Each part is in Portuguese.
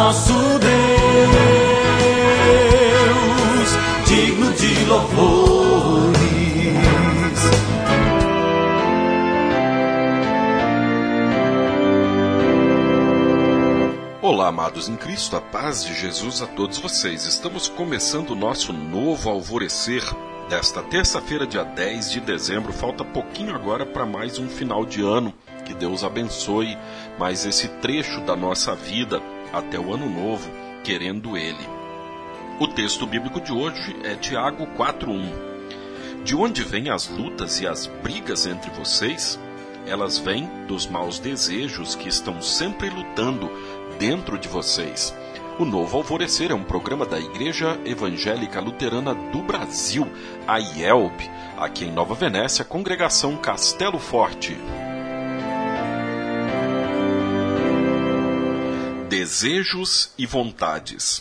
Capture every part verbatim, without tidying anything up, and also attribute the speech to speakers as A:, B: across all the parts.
A: nosso Deus, digno de louvores.
B: Olá, amados em Cristo, a paz de Jesus a todos vocês. Estamos começando o nosso novo alvorecer desta terça-feira, dia dez de dezembro. Falta pouquinho agora para mais um final de ano. Que Deus abençoe mais esse trecho da nossa vida até o ano novo, querendo Ele. O texto bíblico de hoje é Tiago quatro, um. De onde vêm as lutas e as brigas entre vocês? Elas vêm dos maus desejos que estão sempre lutando dentro de vocês. O Novo Alvorecer é um programa da Igreja Evangélica Luterana do Brasil, a I E L P, aqui em Nova Venécia, Congregação Castelo Forte. Desejos e vontades.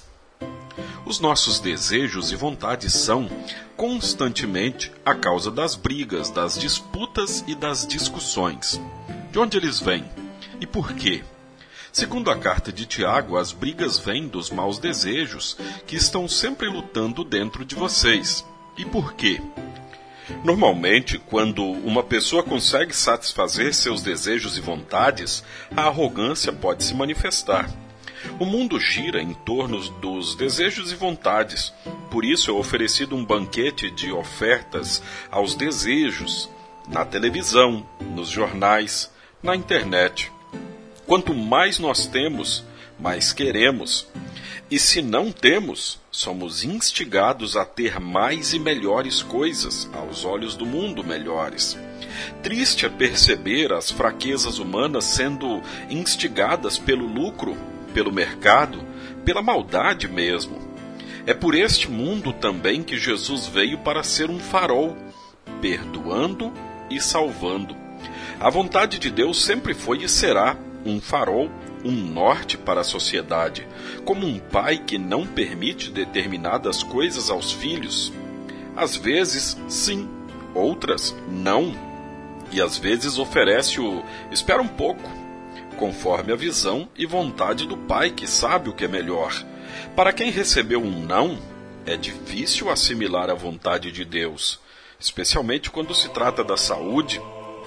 B: Os nossos desejos e vontades são, constantemente, a causa das brigas, das disputas e das discussões. De onde eles vêm? E por quê? Segundo a carta de Tiago, as brigas vêm dos maus desejos que estão sempre lutando dentro de vocês. E por quê? Normalmente, quando uma pessoa consegue satisfazer seus desejos e vontades, a arrogância pode se manifestar. O mundo gira em torno dos desejos e vontades, por isso é oferecido um banquete de ofertas aos desejos, na televisão, nos jornais, na internet. Quanto mais nós temos, mais queremos. E se não temos, somos instigados a ter mais e melhores coisas, aos olhos do mundo melhores. Triste é perceber as fraquezas humanas sendo instigadas pelo lucro, pelo mercado, pela maldade mesmo. É por este mundo também que Jesus veio para ser um farol, perdoando e salvando. A vontade de Deus sempre foi e será um farol, um norte para a sociedade, como um pai que não permite determinadas coisas aos filhos. Às vezes, sim, outras, não. E às vezes oferece o espera um pouco, conforme a visão e vontade do pai que sabe o que é melhor. Para quem recebeu um não, é difícil assimilar a vontade de Deus, especialmente quando se trata da saúde.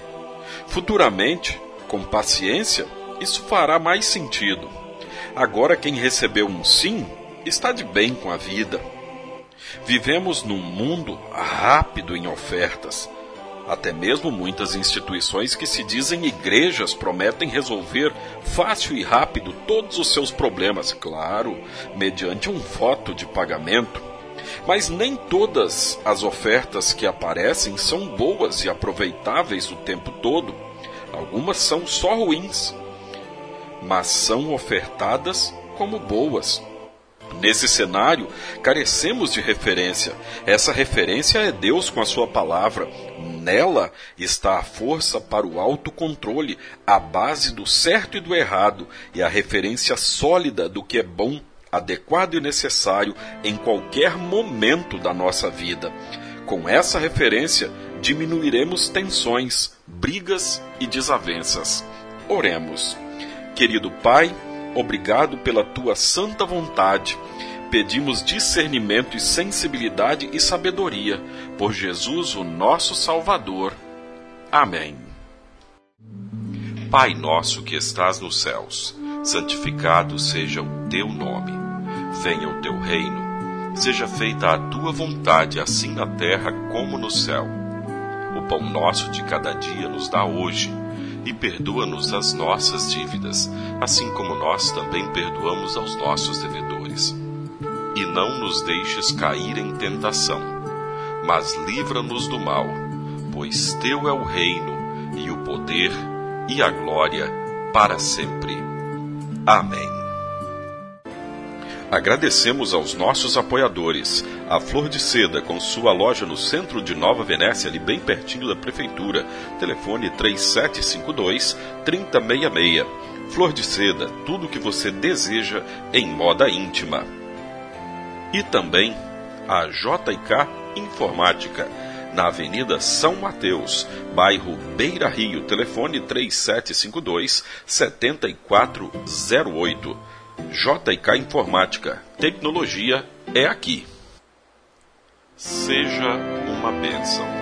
B: Futuramente, com paciência, isso fará mais sentido. Agora quem recebeu um sim, está de bem com a vida. Vivemos num mundo rápido em ofertas. Até mesmo muitas instituições que se dizem igrejas prometem resolver fácil e rápido todos os seus problemas, claro, mediante um voto de pagamento. Mas nem todas as ofertas que aparecem são boas e aproveitáveis o tempo todo. Algumas são só ruins, mas são ofertadas como boas. Nesse cenário, carecemos de referência. Essa referência é Deus com a sua palavra. Nela está a força para o autocontrole, a base do certo e do errado, e a referência sólida do que é bom, adequado e necessário em qualquer momento da nossa vida. Com essa referência, diminuiremos tensões, brigas e desavenças. Oremos. Querido Pai, obrigado pela Tua santa vontade. Pedimos discernimento e sensibilidade e sabedoria por Jesus, o nosso Salvador. Amém. Pai nosso que estás nos céus, santificado seja o Teu nome. Venha o Teu reino. Seja feita a Tua vontade, assim na terra como no céu. O pão nosso de cada dia nos dá hoje. E perdoa-nos as nossas dívidas, assim como nós também perdoamos aos nossos devedores. E não nos deixes cair em tentação, mas livra-nos do mal, pois Teu é o reino, e o poder, e a glória, para sempre. Amém. Agradecemos aos nossos apoiadores, a Flor de Seda, com sua loja no centro de Nova Venécia, ali bem pertinho da prefeitura. Telefone três sete cinco dois, três zero seis seis. Flor de Seda, tudo o que você deseja em moda íntima. E também a J e K Informática, na Avenida São Mateus, bairro Beira Rio. Telefone três sete cinco dois, sete quatro zero oito. J K Informática. Tecnologia é aqui. Seja uma bênção.